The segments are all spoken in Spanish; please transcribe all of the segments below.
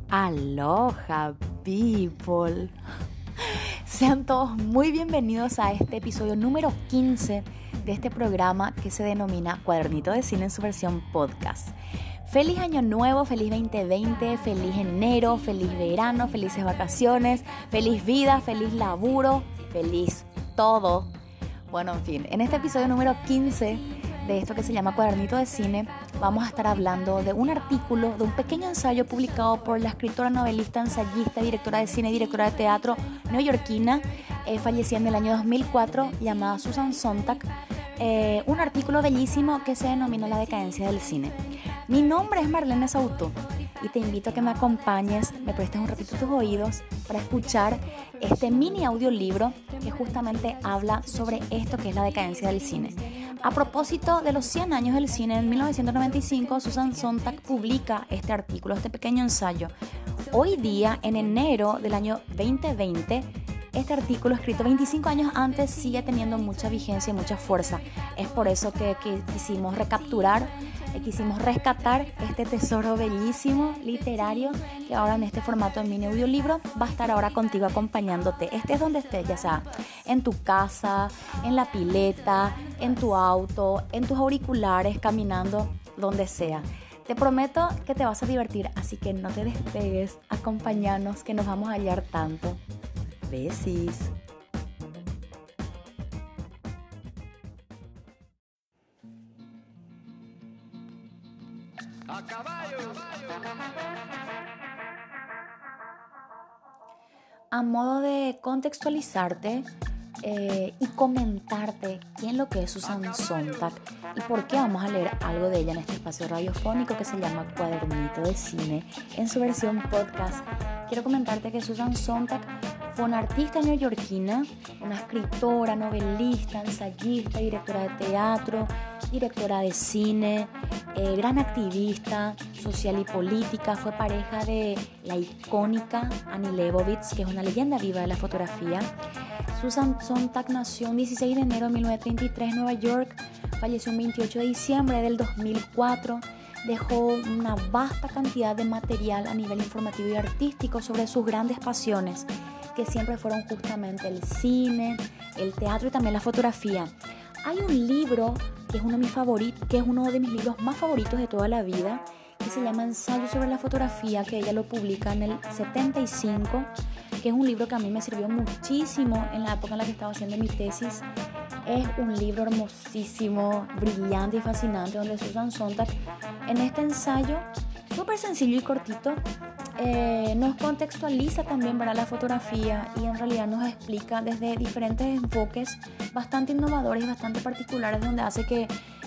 Aloha, people. Sean todos muy bienvenidos a este episodio número 15 de este programa que se denomina Cuadernito de Cine en su versión podcast. Feliz año nuevo, feliz 2020, feliz enero, feliz verano, felices vacaciones, feliz vida, feliz laburo, feliz todo. Bueno, en fin, en este episodio número 15 de esto que se llama Cuadernito de Cine, vamos a estar hablando de un artículo, de un pequeño ensayo publicado por la escritora, novelista, ensayista, directora de cine y directora de teatro neoyorquina, fallecida en el año 2004, llamada Susan Sontag. Un artículo bellísimo que se denomina La decadencia del cine. Mi nombre es Marlene Sautó y te invito a que me acompañes, me prestes un ratito tus oídos para escuchar este mini audiolibro que justamente habla sobre esto que es la decadencia del cine. A propósito de los 100 años del cine, en 1995, Susan Sontag publica este artículo, este pequeño ensayo. Hoy día, en enero del año 2020, este artículo, escrito 25 años antes, sigue teniendo mucha vigencia y mucha fuerza. Es por eso que quisimos recapturar, quisimos rescatar este tesoro bellísimo, literario, que ahora en este formato de mini audiolibro va a estar ahora contigo acompañándote. Estés donde estés, ya sea en tu casa, en la pileta, en tu auto, en tus auriculares, caminando, donde sea. Te prometo que te vas a divertir, así que no te despegues, acompáñanos que nos vamos a hallar tanto. Besis. ¡A caballo! A modo de contextualizarte y comentarte quién lo que es Susan Sontag y por qué vamos a leer algo de ella en este espacio radiofónico que se llama Cuadernito de Cine en su versión podcast, quiero comentarte que Susan Sontag fue una artista neoyorquina, una escritora, novelista, ensayista, directora de teatro, directora de cine, gran activista social y política. Fue pareja de la icónica Annie Leibovitz, que es una leyenda viva de la fotografía. Susan Sontag nació el 16 de enero de 1933 en Nueva York, falleció el 28 de diciembre del 2004. Dejó una vasta cantidad de material a nivel informativo y artístico sobre sus grandes pasiones, que siempre fueron justamente el cine, el teatro y también la fotografía. Hay un libro que es uno de mis libros más favoritos de toda la vida, que se llama Ensayo sobre la fotografía, que ella lo publica en el 75, que es un libro que a mí me sirvió muchísimo en la época en la que estaba haciendo mi tesis. Es un libro hermosísimo, brillante y fascinante, donde Susan Sontag, en este ensayo súper sencillo y cortito, nos contextualiza también para la fotografía y en realidad nos explica desde diferentes enfoques bastante innovadores y bastante particulares, donde hace que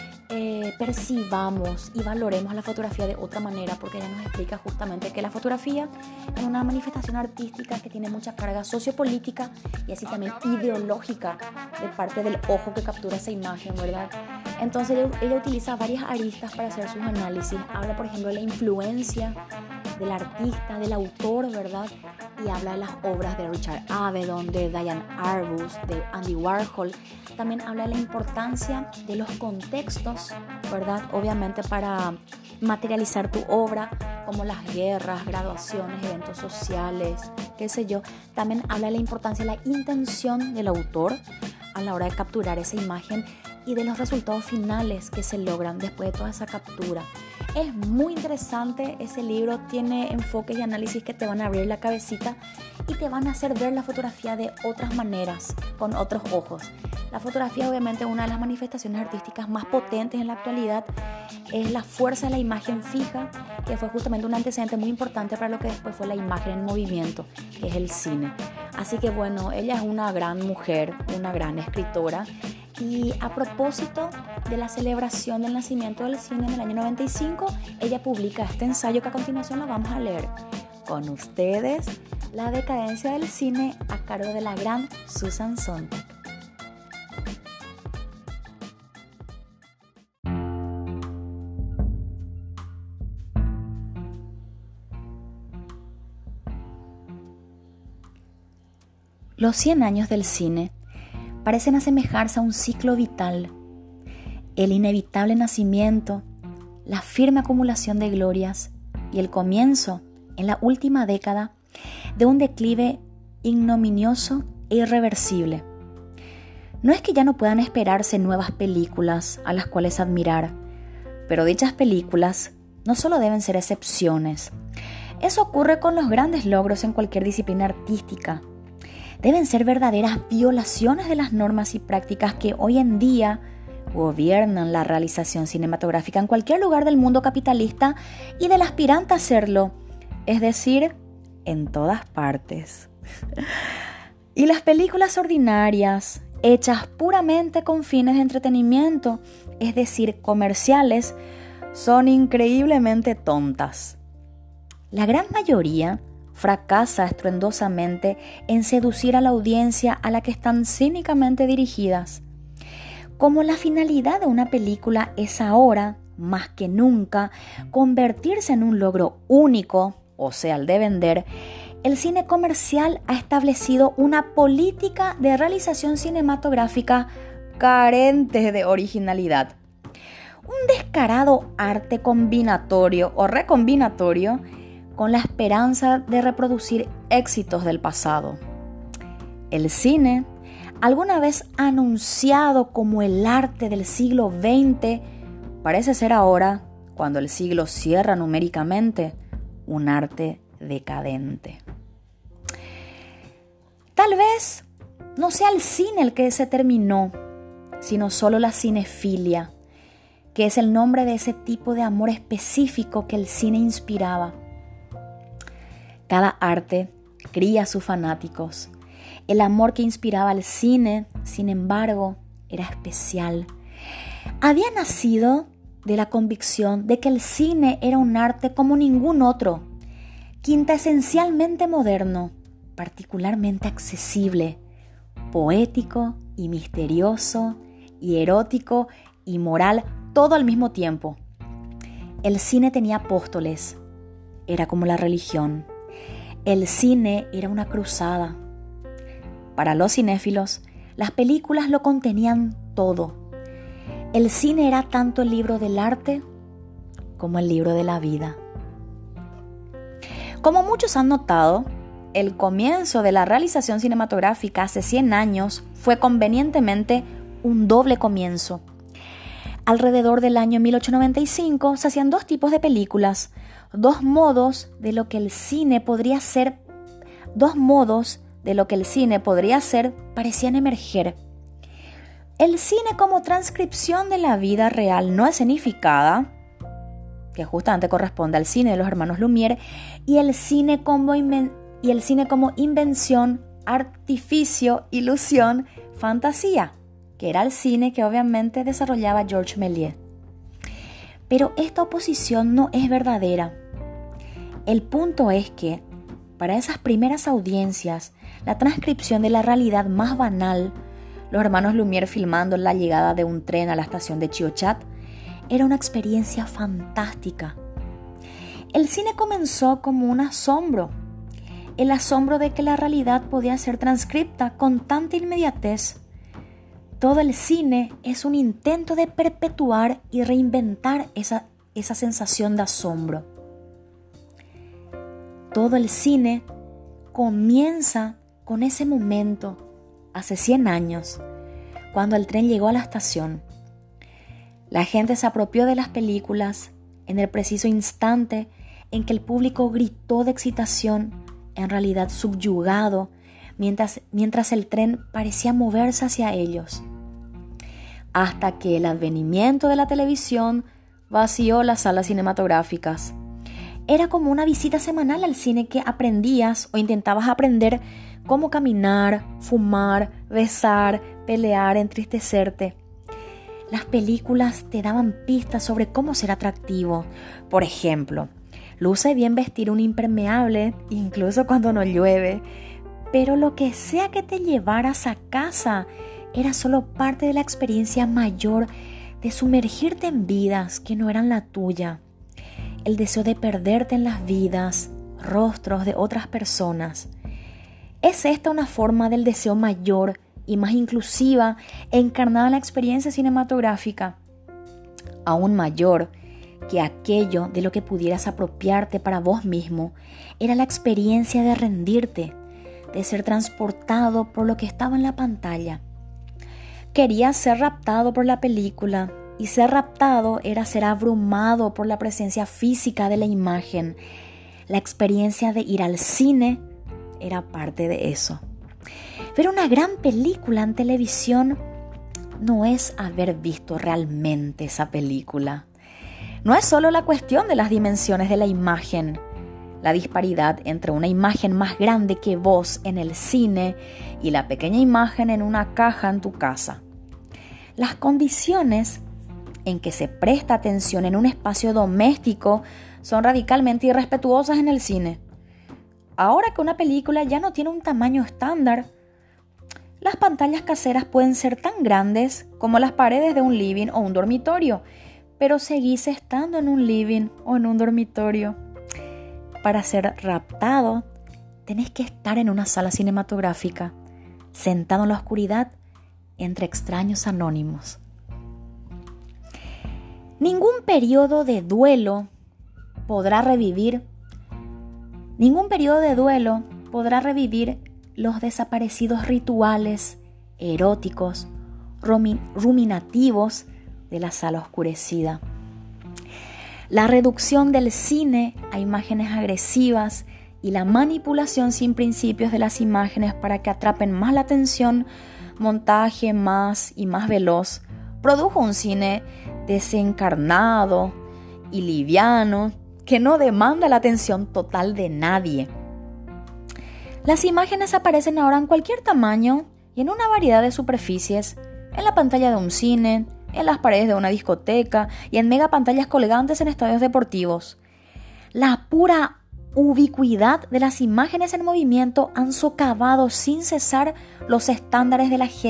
percibamos y valoremos la fotografía de otra manera, porque ella nos explica justamente que la fotografía es una manifestación artística que tiene mucha carga sociopolítica y así también ideológica de parte del ojo que captura esa imagen, ¿verdad? Entonces ella utiliza varias aristas para hacer sus análisis. Habla, por ejemplo, de la influencia del artista, del autor, ¿verdad? Y habla de las obras de Richard Avedon, de Diane Arbus, de Andy Warhol. También habla de la importancia de los contextos, ¿verdad? Obviamente para materializar tu obra, como las guerras, graduaciones, eventos sociales, qué sé yo. También habla de la importancia de la intención del autor a la hora de capturar esa imagen y de los resultados finales que se logran después de toda esa captura. Es muy interesante ese libro, tiene enfoques y análisis que te van a abrir la cabecita y te van a hacer ver la fotografía de otras maneras, con otros ojos. La fotografía, obviamente, una de las manifestaciones artísticas más potentes en la actualidad, es la fuerza de la imagen fija, que fue justamente un antecedente muy importante para lo que después fue la imagen en movimiento, que es el cine. Así que bueno, ella es una gran mujer, una gran escritora. Y a propósito de la celebración del nacimiento del cine en el año 95, ella publica este ensayo que a continuación lo vamos a leer. Con ustedes, La decadencia del cine, a cargo de la gran Susan Sontag. Los 100 años del cine parecen asemejarse a un ciclo vital. El inevitable nacimiento, la firme acumulación de glorias y el comienzo en la última década de un declive ignominioso e irreversible. No es que ya no puedan esperarse nuevas películas a las cuales admirar, pero dichas películas no solo deben ser excepciones. Eso ocurre con los grandes logros en cualquier disciplina artística. Deben ser verdaderas violaciones de las normas y prácticas que hoy en día gobiernan la realización cinematográfica en cualquier lugar del mundo capitalista y del aspirante a hacerlo, es decir, en todas partes. Y las películas ordinarias, hechas puramente con fines de entretenimiento, es decir, comerciales, son increíblemente tontas. La gran mayoría fracasa estruendosamente en seducir a la audiencia a la que están cínicamente dirigidas. Como la finalidad de una película es ahora, más que nunca, convertirse en un logro único, o sea, el de vender, el cine comercial ha establecido una política de realización cinematográfica carente de originalidad. Un descarado arte combinatorio o recombinatorio con la esperanza de reproducir éxitos del pasado. El cine, alguna vez anunciado como el arte del siglo XX, parece ser ahora, cuando el siglo cierra numéricamente, un arte decadente. Tal vez no sea el cine el que se terminó, sino solo la cinefilia, que es el nombre de ese tipo de amor específico que el cine inspiraba. Cada arte cría a sus fanáticos. El amor que inspiraba al cine, sin embargo, era especial. Había nacido de la convicción de que el cine era un arte como ningún otro, quintesencialmente moderno, particularmente accesible, poético y misterioso, y erótico y moral, todo al mismo tiempo. El cine tenía apóstoles, era como la religión. El cine era una cruzada. Para los cinéfilos, las películas lo contenían todo. El cine era tanto el libro del arte como el libro de la vida. Como muchos han notado, el comienzo de la realización cinematográfica hace 100 años fue convenientemente un doble comienzo. Alrededor del año 1895 se hacían dos tipos de películas, dos modos de lo que el cine podría ser parecían emerger. El cine como transcripción de la vida real no escenificada, que justamente corresponde al cine de los hermanos Lumière, y el cine como invención, artificio, ilusión, fantasía, que era el cine que obviamente desarrollaba Georges Méliès. Pero esta oposición no es verdadera. El punto es que, para esas primeras audiencias, la transcripción de la realidad más banal, los hermanos Lumière filmando la llegada de un tren a la estación de Chiochat, era una experiencia fantástica. El cine comenzó como un asombro, el asombro de que la realidad podía ser transcripta con tanta inmediatez. Todo el cine es un intento de perpetuar y reinventar esa sensación de asombro. Todo el cine comienza con ese momento, hace 100 años, cuando el tren llegó a la estación. La gente se apropió de las películas en el preciso instante en que el público gritó de excitación, en realidad subyugado, mientras el tren parecía moverse hacia ellos. Hasta que el advenimiento de la televisión vació las salas cinematográficas. Era como una visita semanal al cine que aprendías o intentabas aprender cómo caminar, fumar, besar, pelear, entristecerte. Las películas te daban pistas sobre cómo ser atractivo. Por ejemplo, luce bien vestir un impermeable, incluso cuando no llueve, pero lo que sea que te llevaras a casa era solo parte de la experiencia mayor de sumergirte en vidas que no eran la tuya. El deseo de perderte en las vidas, rostros de otras personas. ¿Es esta una forma del deseo mayor y más inclusiva encarnada en la experiencia cinematográfica? Aún mayor, que aquello de lo que pudieras apropiarte para vos mismo era la experiencia de rendirte, de ser transportado por lo que estaba en la pantalla. Querías ser raptado por la película, y ser raptado era ser abrumado por la presencia física de la imagen. La experiencia de ir al cine era parte de eso. Ver una gran película en televisión no es haber visto realmente esa película. No es solo la cuestión de las dimensiones de la imagen, la disparidad entre una imagen más grande que vos en el cine y la pequeña imagen en una caja en tu casa. Las condiciones en que se presta atención en un espacio doméstico son radicalmente irrespetuosas en el cine. Ahora que una película ya no tiene un tamaño estándar, las pantallas caseras pueden ser tan grandes como las paredes de un living o un dormitorio, pero seguís estando en un living o en un dormitorio. Para ser raptado, tenés que estar en una sala cinematográfica, sentado en la oscuridad entre extraños anónimos. Ningún periodo de duelo podrá revivir los desaparecidos rituales eróticos, ruminativos de la sala oscurecida. La reducción del cine a imágenes agresivas y la manipulación sin principios de las imágenes para que atrapen más la atención, montaje más y más veloz, produjo un cine desencarnado y liviano que no demanda la atención total de nadie. Las imágenes aparecen ahora en cualquier tamaño y en una variedad de superficies, en la pantalla de un cine, en las paredes de una discoteca y en megapantallas colgantes en estadios deportivos. La pura ubicuidad de las imágenes en movimiento han socavado sin cesar los estándares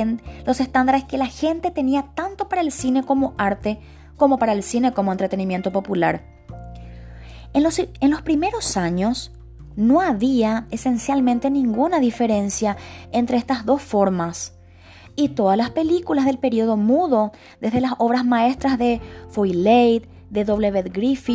que la gente tenía tanto para el cine como arte, como para el cine como entretenimiento popular. En los primeros años no había esencialmente ninguna diferencia entre estas dos formas, y todas las películas del periodo mudo, desde las obras maestras de Follett, de W.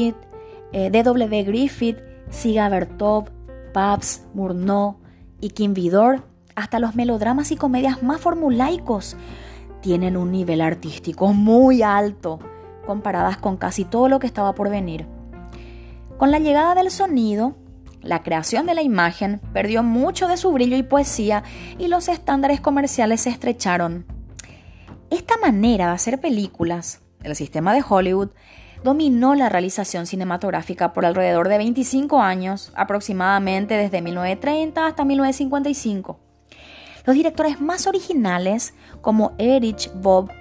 Griffith, Siga Bertov, Pabst, Murnau y Kim Vidor, hasta los melodramas y comedias más formulaicos, tienen un nivel artístico muy alto comparadas con casi todo lo que estaba por venir. Con la llegada del sonido, la creación de la imagen perdió mucho de su brillo y poesía y los estándares comerciales se estrecharon. Esta manera de hacer películas, el sistema de Hollywood, dominó la realización cinematográfica por alrededor de 25 años, aproximadamente desde 1930 hasta 1955. Los directores más originales, como Erich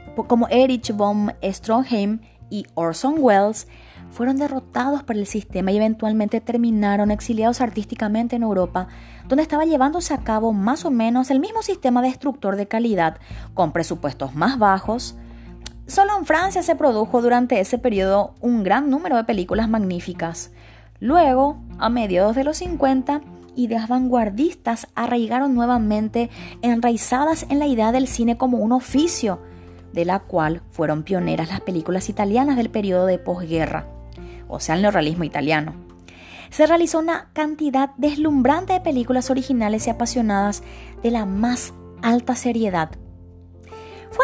von Stroheim y Orson Welles, fueron derrotados por el sistema y eventualmente terminaron exiliados artísticamente en Europa, donde estaba llevándose a cabo más o menos el mismo sistema destructor de calidad, con presupuestos más bajos. Solo en Francia se produjo durante ese periodo un gran número de películas magníficas. Luego, a mediados de los 50, ideas vanguardistas arraigaron nuevamente enraizadas en la idea del cine como un oficio, de la cual fueron pioneras las películas italianas del periodo de posguerra, o sea, el neorrealismo italiano. Se realizó una cantidad deslumbrante de películas originales y apasionadas de la más alta seriedad. Fue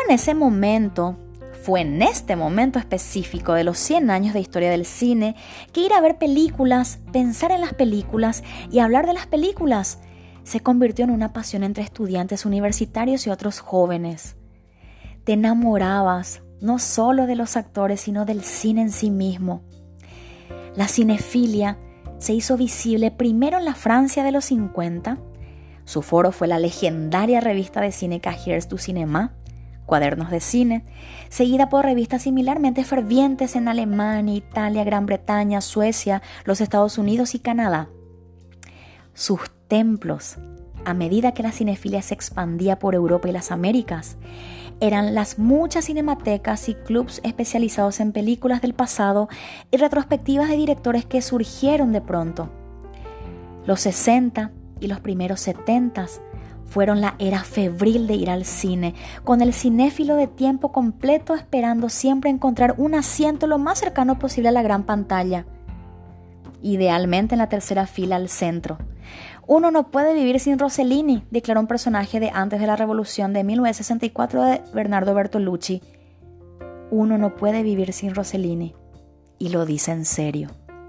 en este momento específico de los 100 años de historia del cine que ir a ver películas, pensar en las películas y hablar de las películas se convirtió en una pasión entre estudiantes universitarios y otros jóvenes. Te enamorabas no solo de los actores, sino del cine en sí mismo. La cinefilia se hizo visible primero en la Francia de los 50. Su foro fue la legendaria revista de cine Cahiers du Cinéma, Cuadernos de Cine, seguida por revistas similarmente fervientes en Alemania, Italia, Gran Bretaña, Suecia, los Estados Unidos y Canadá. Sus templos, a medida que la cinefilia se expandía por Europa y las Américas, eran las muchas cinematecas y clubs especializados en películas del pasado y retrospectivas de directores que surgieron de pronto. Los 60 y los primeros 70 fueron la era febril de ir al cine, con el cinéfilo de tiempo completo esperando siempre encontrar un asiento lo más cercano posible a la gran pantalla, idealmente en la tercera fila al centro. Uno no puede vivir sin Rossellini, declaró un personaje de Antes de la Revolución de 1964 de Bernardo Bertolucci. Uno no puede vivir sin Rossellini, y lo dice en serio.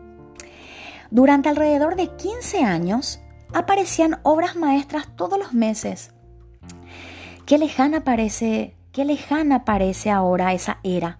Durante alrededor de 15 años, aparecían obras maestras todos los meses. Qué lejana parece ahora esa era.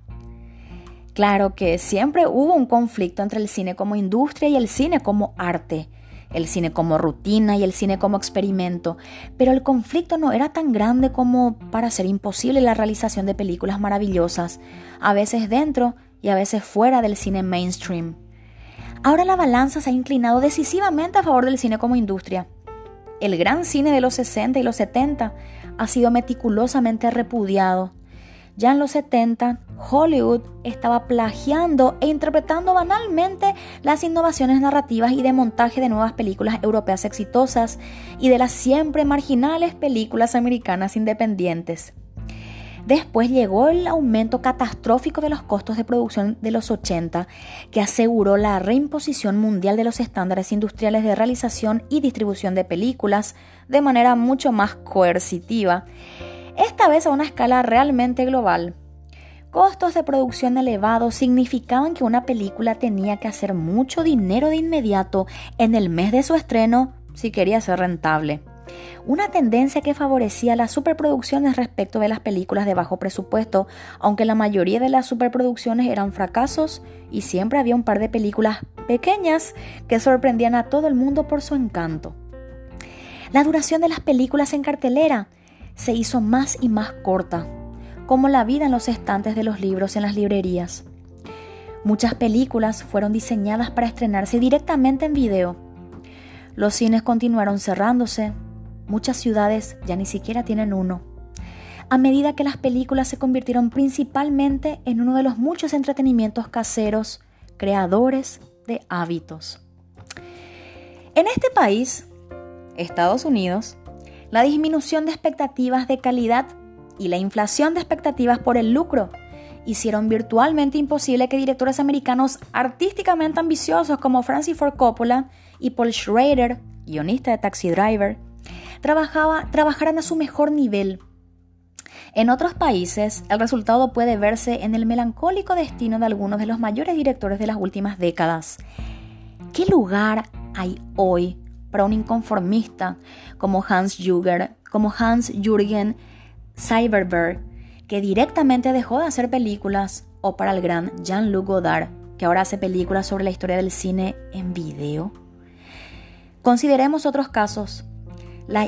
Claro que siempre hubo un conflicto entre el cine como industria y el cine como arte, el cine como rutina y el cine como experimento, pero el conflicto no era tan grande como para hacer imposible la realización de películas maravillosas, a veces dentro y a veces fuera del cine mainstream. Ahora la balanza se ha inclinado decisivamente a favor del cine como industria. El gran cine de los 60 y los 70 ha sido meticulosamente repudiado. Ya en los 70, Hollywood estaba plagiando e interpretando banalmente las innovaciones narrativas y de montaje de nuevas películas europeas exitosas y de las siempre marginales películas americanas independientes. Después llegó el aumento catastrófico de los costos de producción de los 80, que aseguró la reimposición mundial de los estándares industriales de realización y distribución de películas de manera mucho más coercitiva, esta vez a una escala realmente global. Costos de producción elevados significaban que una película tenía que hacer mucho dinero de inmediato en el mes de su estreno si quería ser rentable. Una tendencia que favorecía las superproducciones respecto de las películas de bajo presupuesto, aunque la mayoría de las superproducciones eran fracasos y siempre había un par de películas pequeñas que sorprendían a todo el mundo por su encanto. La duración de las películas en cartelera se hizo más y más corta, como la vida en los estantes de los libros en las librerías. Muchas películas fueron diseñadas para estrenarse directamente en video. Los cines continuaron cerrándose. Muchas ciudades ya ni siquiera tienen uno. A medida que las películas se convirtieron principalmente en uno de los muchos entretenimientos caseros, creadores de hábitos. En este país, Estados Unidos, la disminución de expectativas de calidad y la inflación de expectativas por el lucro hicieron virtualmente imposible que directores americanos artísticamente ambiciosos como Francis Ford Coppola y Paul Schrader, guionista de Taxi Driver, trabajaran a su mejor nivel. En otros países, el resultado puede verse en el melancólico destino de algunos de los mayores directores de las últimas décadas. ¿Qué lugar hay hoy para un inconformista como Hans-Jürgen Seiberberg, que directamente dejó de hacer películas, o para el gran Jean-Luc Godard, que ahora hace películas sobre la historia del cine en video? Consideremos otros casos. La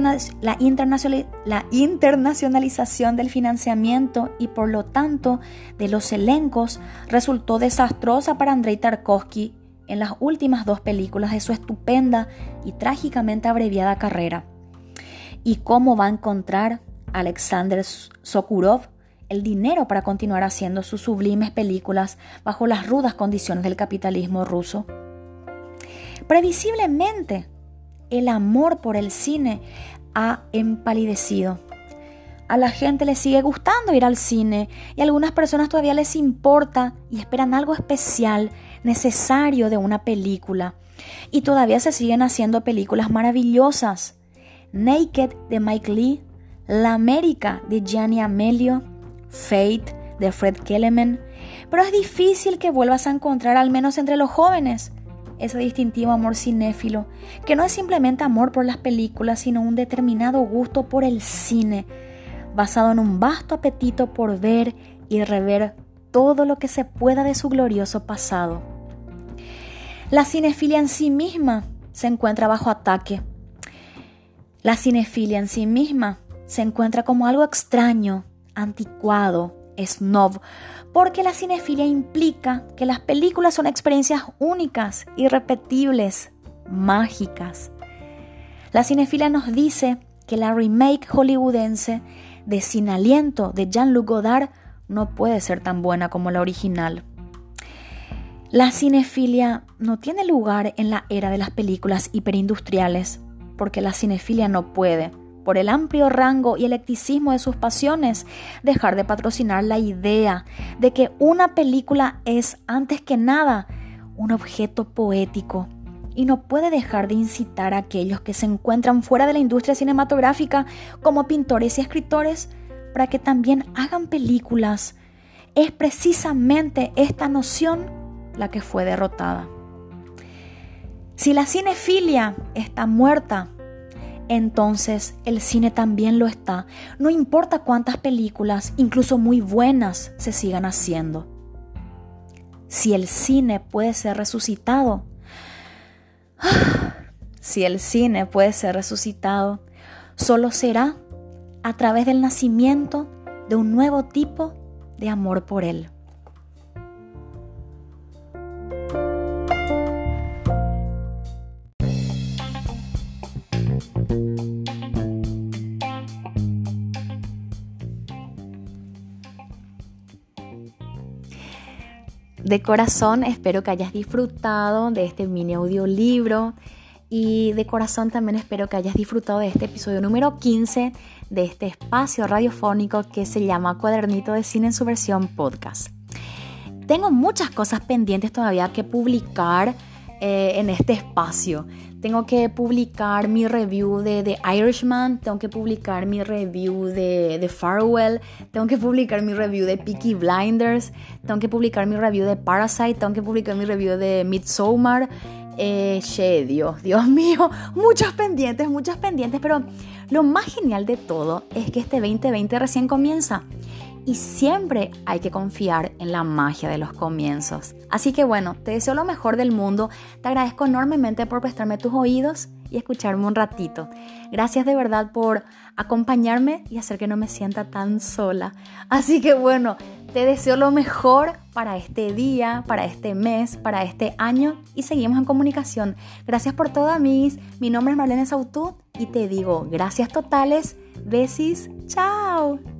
internacionalización del financiamiento y por lo tanto de los elencos resultó desastrosa para Andrei Tarkovsky en las últimas 2 películas de su estupenda y trágicamente abreviada carrera. ¿Y cómo va a encontrar Alexander Sokurov el dinero para continuar haciendo sus sublimes películas bajo las rudas condiciones del capitalismo ruso? Previsiblemente, el amor por el cine ha empalidecido. A la gente le sigue gustando ir al cine y a algunas personas todavía les importa y esperan algo especial, necesario de una película. Y todavía se siguen haciendo películas maravillosas. Naked de Mike Leigh, La América de Gianni Amelio, Fate de Fred Kelemen. Pero es difícil que vuelvas a encontrar, al menos entre los jóvenes, ese distintivo amor cinéfilo, que no es simplemente amor por las películas, sino un determinado gusto por el cine, basado en un vasto apetito por ver y rever todo lo que se pueda de su glorioso pasado. La cinefilia en sí misma se encuentra bajo ataque. La cinefilia en sí misma se encuentra como algo extraño, anticuado, snob, porque la cinefilia implica que las películas son experiencias únicas, irrepetibles, mágicas. La cinefilia nos dice que la remake hollywoodense de Sin Aliento de Jean-Luc Godard no puede ser tan buena como la original. La cinefilia no tiene lugar en la era de las películas hiperindustriales, porque la cinefilia no puede, por el amplio rango y eclecticismo de sus pasiones, dejar de patrocinar la idea de que una película es, antes que nada, un objeto poético y no puede dejar de incitar a aquellos que se encuentran fuera de la industria cinematográfica como pintores y escritores para que también hagan películas. Es precisamente esta noción la que fue derrotada. Si la cinefilia está muerta, entonces el cine también lo está. No importa cuántas películas, incluso muy buenas, se sigan haciendo. Si el cine puede ser resucitado, solo será a través del nacimiento de un nuevo tipo de amor por él. De corazón espero que hayas disfrutado de este mini audiolibro y de corazón también espero que hayas disfrutado de este episodio número 15 de este espacio radiofónico que se llama Cuadernito de Cine en su versión podcast. Tengo muchas cosas pendientes todavía que publicar en este espacio. Tengo que publicar mi review de The Irishman, tengo que publicar mi review de Farewell, tengo que publicar mi review de Peaky Blinders, tengo que publicar mi review de Parasite, tengo que publicar mi review de Midsommar. Dios mío, muchos pendientes, pero lo más genial de todo es que este 2020 recién comienza. Y siempre hay que confiar en la magia de los comienzos. Así que bueno, te deseo lo mejor del mundo. Te agradezco enormemente por prestarme tus oídos y escucharme un ratito. Gracias de verdad por acompañarme y hacer que no me sienta tan sola. Así que bueno, te deseo lo mejor para este día, para este mes, para este año y seguimos en comunicación. Gracias por todo, amigos. Mi nombre es Marlene Sautú y te digo gracias totales. Besis. Chao.